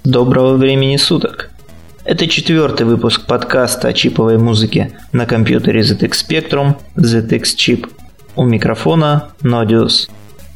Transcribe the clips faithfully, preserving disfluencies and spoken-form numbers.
Доброго времени суток! Это четвертый выпуск подкаста о чиповой музыке на компьютере зет икс Spectrum зет икс Chip. У микрофона Nodius.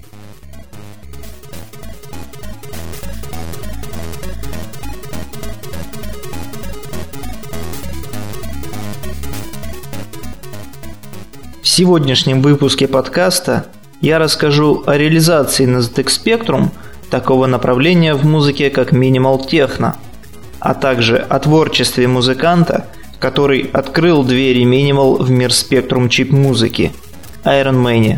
В сегодняшнем выпуске подкаста я расскажу о реализации на зет икс Spectrum такого направления в музыке, как Minimal Techno, а также о творчестве музыканта, который открыл двери Minimal в мир Spectrum чип музыки – Iron Man.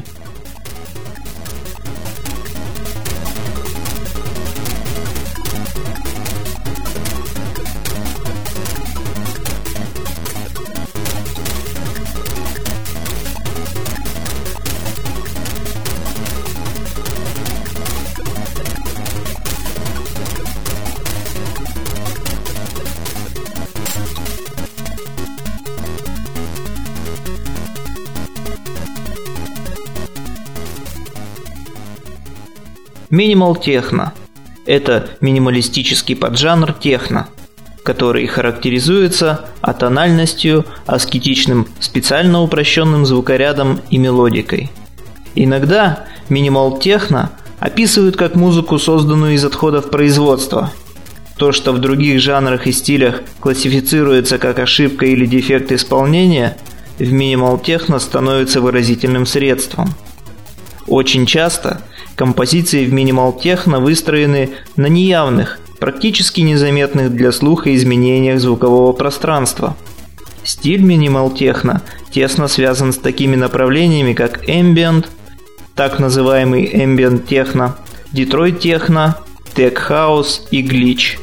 Minimal Techno – это минималистический поджанр техно, который характеризуется атональностью, аскетичным специально упрощенным звукорядом и мелодикой. Иногда Minimal Techno описывают как музыку, созданную из отходов производства. То, что в других жанрах и стилях классифицируется как ошибка или дефект исполнения, в Minimal Techno становится выразительным средством. Очень часто композиции в Minimal Techno выстроены на неявных, практически незаметных для слуха изменениях звукового пространства. Стиль Minimal Techno тесно связан с такими направлениями, как Ambient, так называемый Ambient Techno, Detroit Techno, Tech House и Glitch.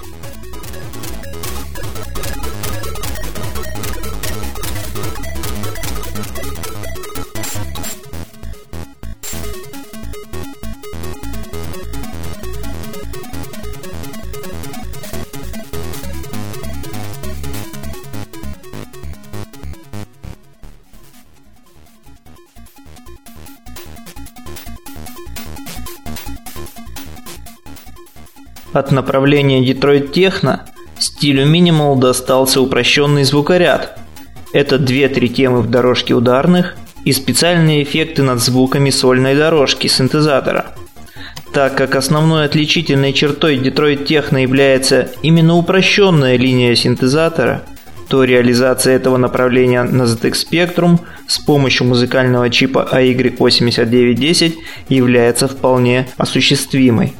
От направления Detroit Techno стилю Minimal достался упрощенный звукоряд. Это две-три темы в дорожке ударных и специальные эффекты над звуками сольной дорожки синтезатора. Так как основной отличительной чертой Detroit Techno является именно упрощенная линия синтезатора, то реализация этого направления на зет икс Spectrum с помощью музыкального чипа эй уай восемьдесят девять десять является вполне осуществимой.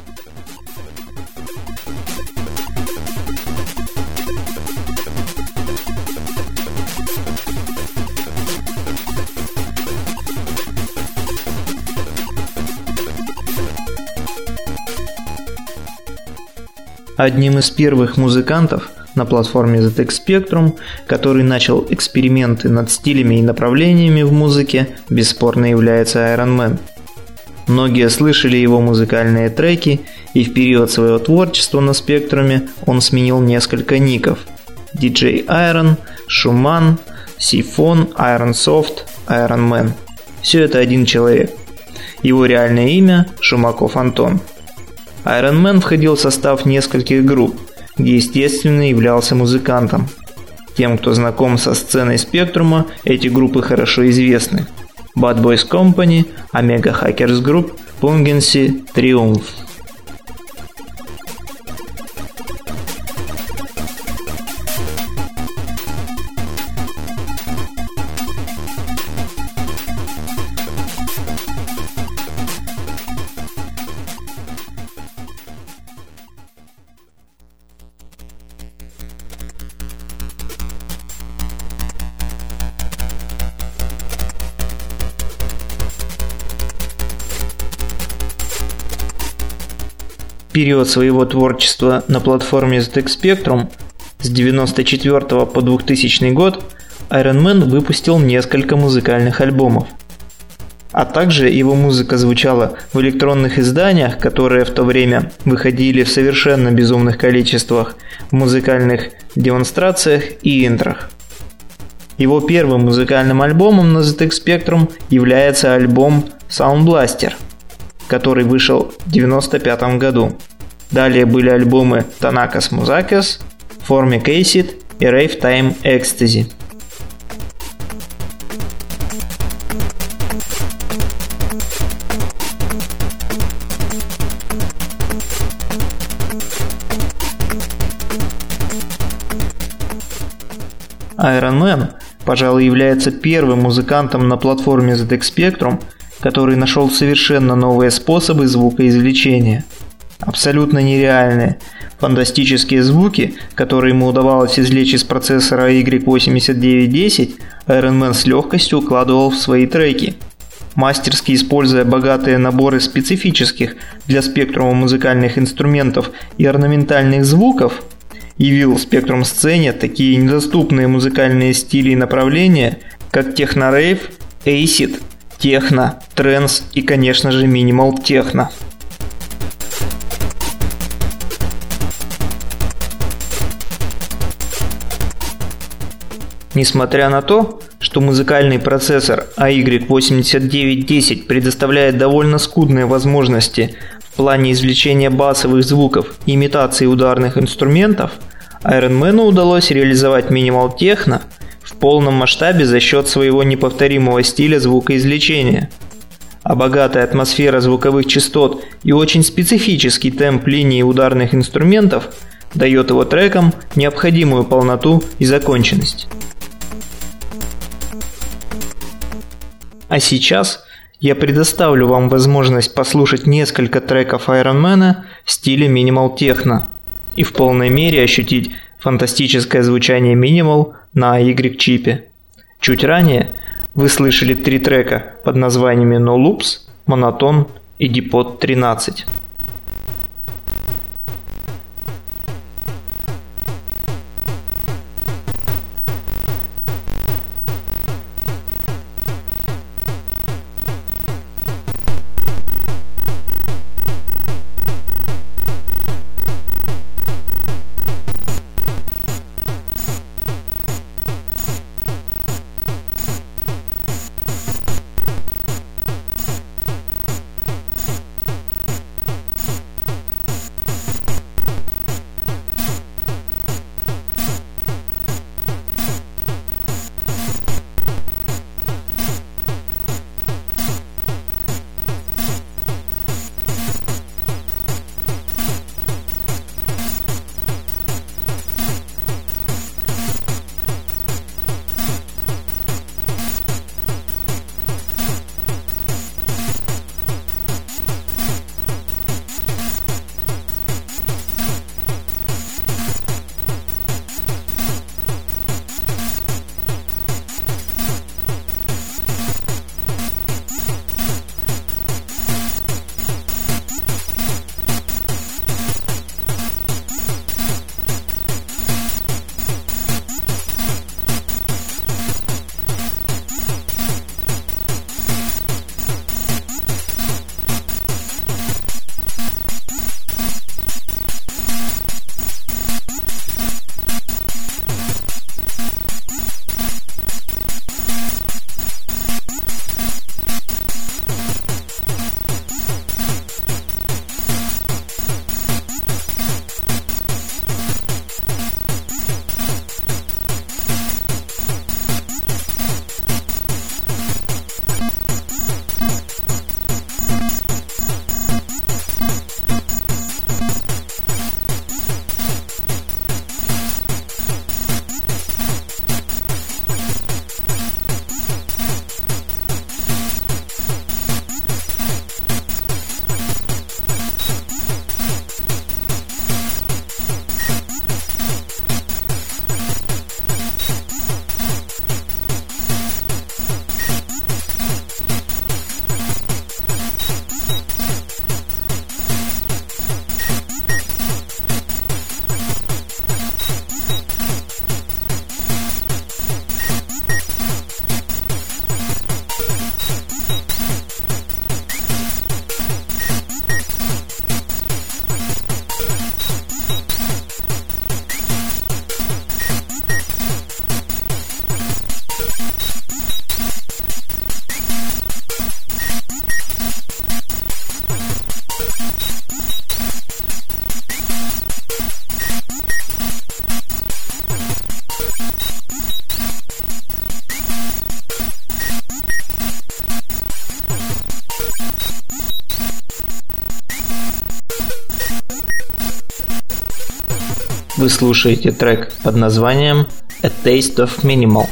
Одним из первых музыкантов на платформе зет икс Spectrum, который начал эксперименты над стилями и направлениями в музыке, бесспорно является Iron Man. Многие слышали его музыкальные треки, и в период своего творчества на Спектруме он сменил несколько ников: ди джей Iron, Шуман, Сифон, Iron Soft, Iron Man. Все это один человек. Его реальное имя – Шумаков Антон. Iron Man входил в состав нескольких групп, где естественно являлся музыкантом. Тем, кто знаком со сценой Спектрума, эти группы хорошо известны: Bad Boys Company, Omega Hackers Group, Pungency, Triumph. Период своего творчества на платформе зет икс Spectrum с девяносто четвёртого по двухтысячный год Iron Man выпустил несколько музыкальных альбомов. А также его музыка звучала в электронных изданиях, которые в то время выходили в совершенно безумных количествах, в музыкальных демонстрациях и интрах. Его первым музыкальным альбомом на зет икс Spectrum является альбом Sound Blaster, который вышел в девяносто пятом году. Далее были альбомы Tanaka's Muzakis, Formic Acid и Rave Time Ecstasy. Iron Man, пожалуй, является первым музыкантом на платформе зет экс Spectrum, который нашел совершенно новые способы звукоизвлечения. Абсолютно нереальные, фантастические звуки, которые ему удавалось извлечь из процессора ай восемьдесят девять десять, Iron Man с легкостью укладывал в свои треки. Мастерски используя богатые наборы специфических для Spectrum музыкальных инструментов и орнаментальных звуков, явил в Spectrum сцене такие недоступные музыкальные стили и направления, как техно-рейв, эйсид, техно, трэнс и, конечно же, минимал техно. Несмотря на то, что музыкальный процессор ай восемьдесят девять десять предоставляет довольно скудные возможности в плане извлечения басовых звуков и имитации ударных инструментов, Iron Man'у удалось реализовать минимал техно в полном масштабе за счет своего неповторимого стиля звукоизвлечения. А богатая атмосфера звуковых частот и очень специфический темп линии ударных инструментов дает его трекам необходимую полноту и законченность. А сейчас я предоставлю вам возможность послушать несколько треков Iron Man в стиле минимал техно и в полной мере ощутить фантастическое звучание минимал на Y-чипе. Чуть ранее вы слышали три трека под названиями No Loops, Monotone и Depot тринадцать. Вы слушаете трек под названием A Taste of Minimal.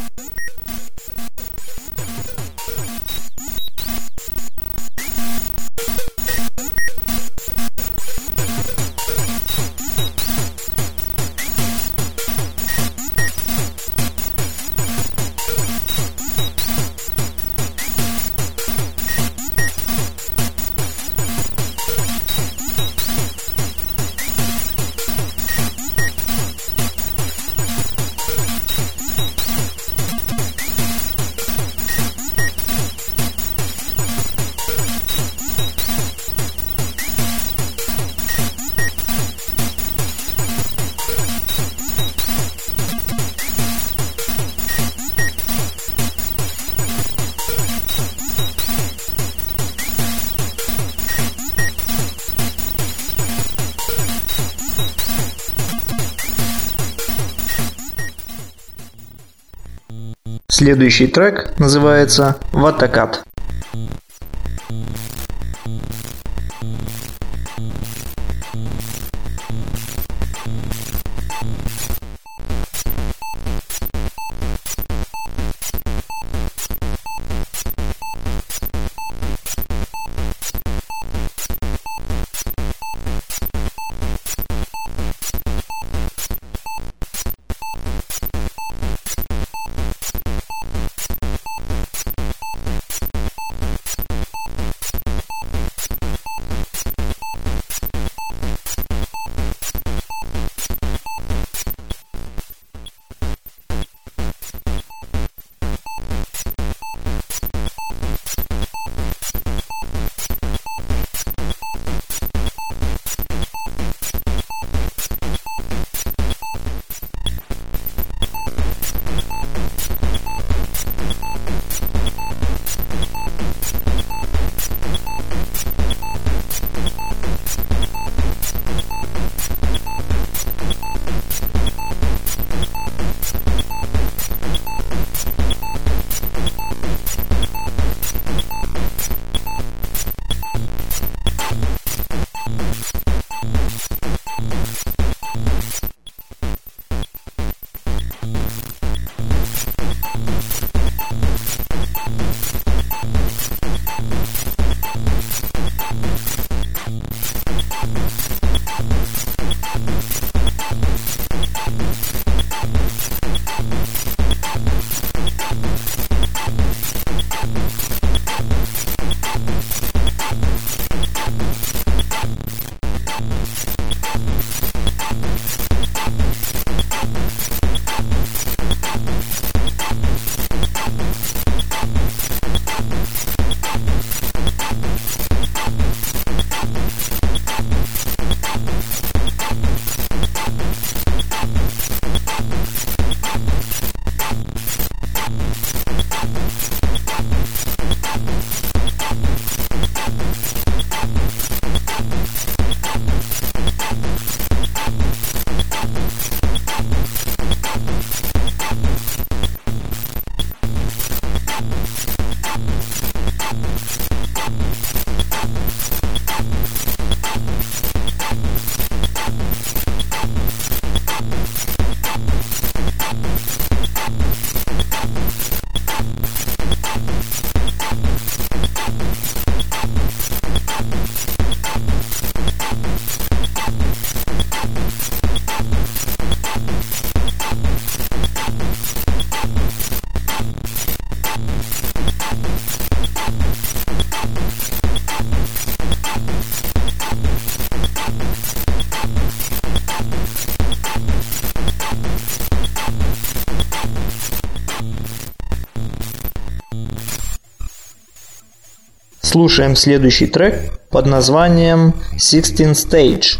Следующий трек называется «Ватакат». Слушаем следующий трек под названием Sixteen Stage.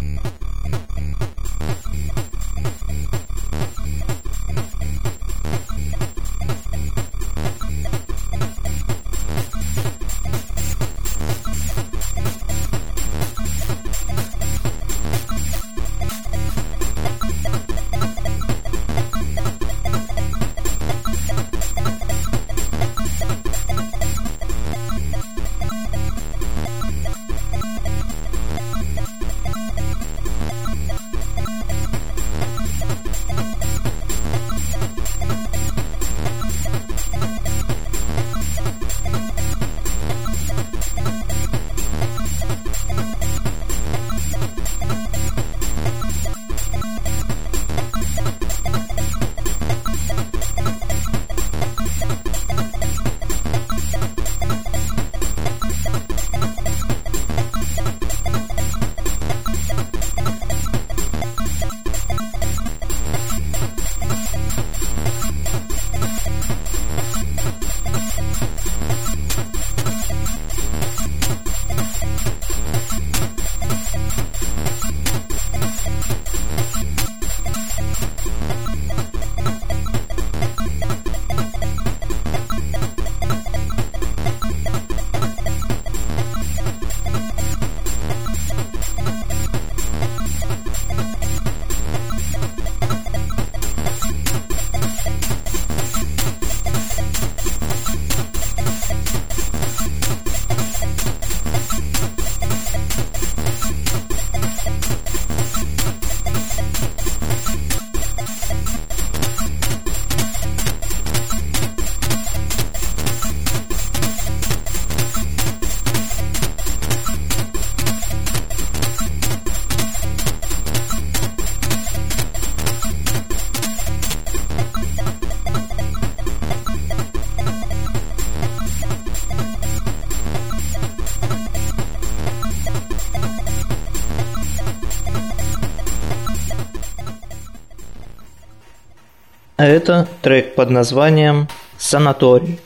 А это трек под названием «Санаторий».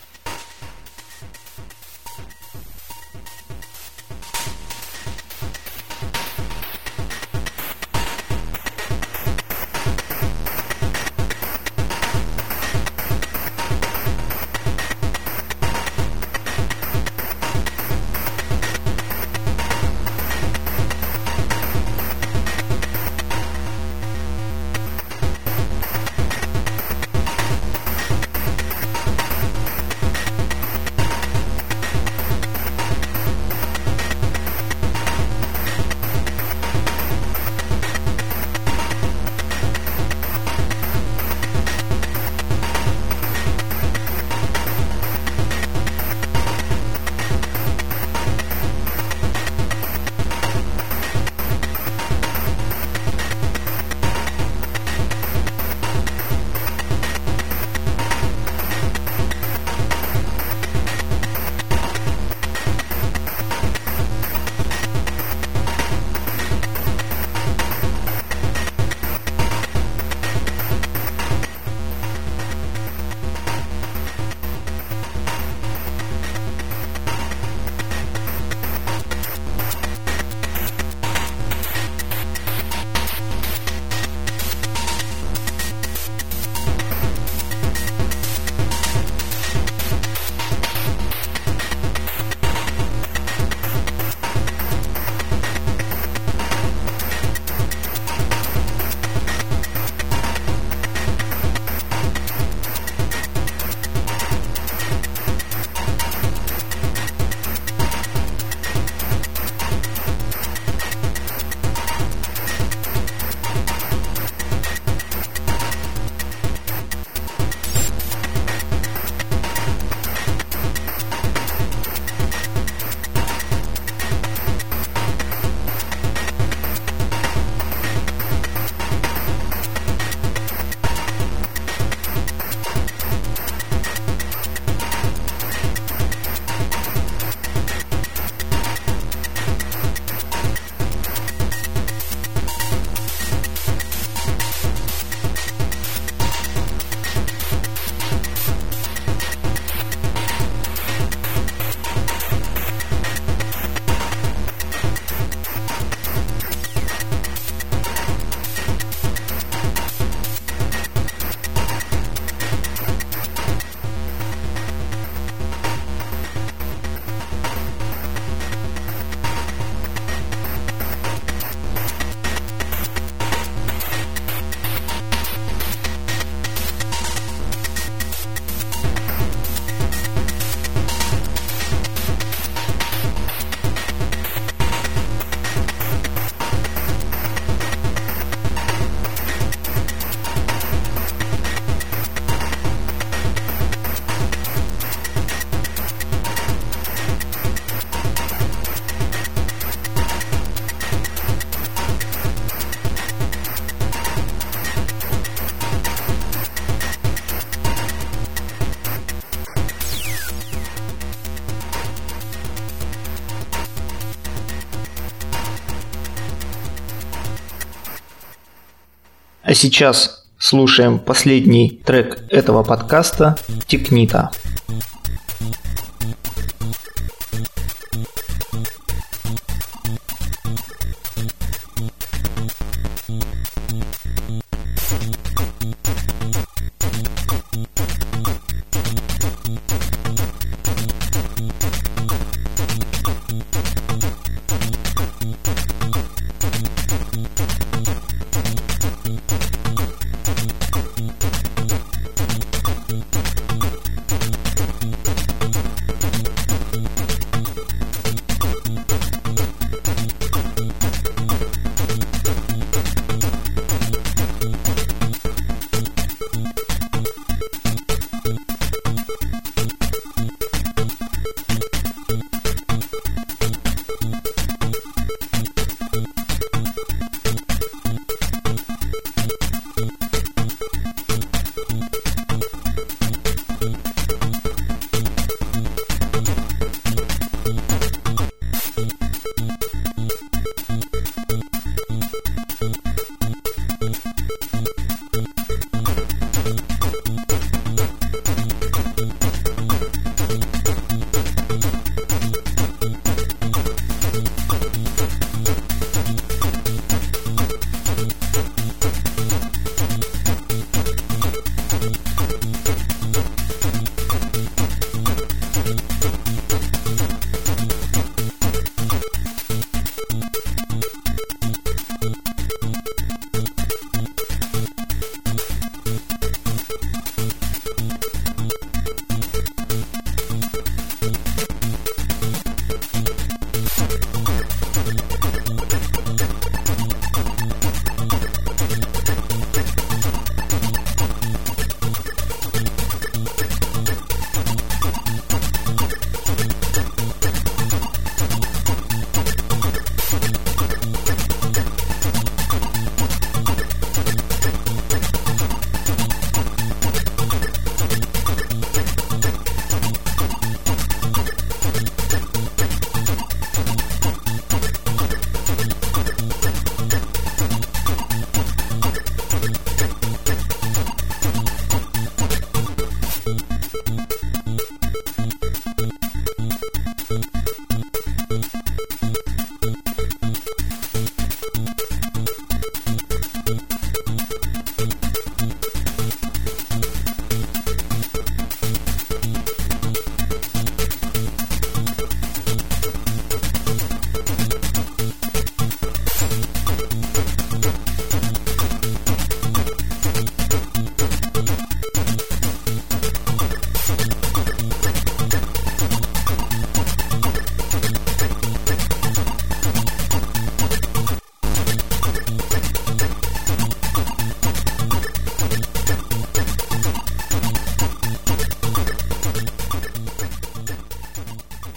А сейчас слушаем последний трек этого подкаста «Тикнита».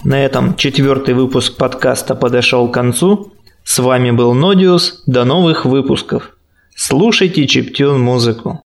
На этом четвертый выпуск подкаста подошел к концу. С вами был Нодиус. До новых выпусков. Слушайте чиптюн музыку.